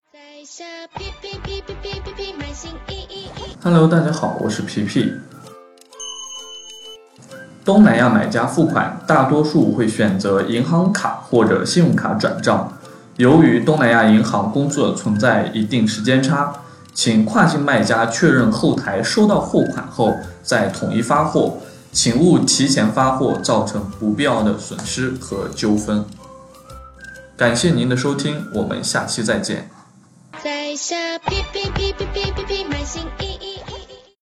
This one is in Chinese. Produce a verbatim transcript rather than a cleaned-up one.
Hello， 大家好，我是皮皮。东南亚买家付款大多数会选择银行卡或者信用卡转账，由于东南亚银行工作存在一定时间差，请跨境卖家确认后台收到货款后再统一发货，请勿提前发货，造成不必要的损失和纠纷。感谢您的收听，我们下期再见。在下皮皮皮皮皮皮皮，满心意意。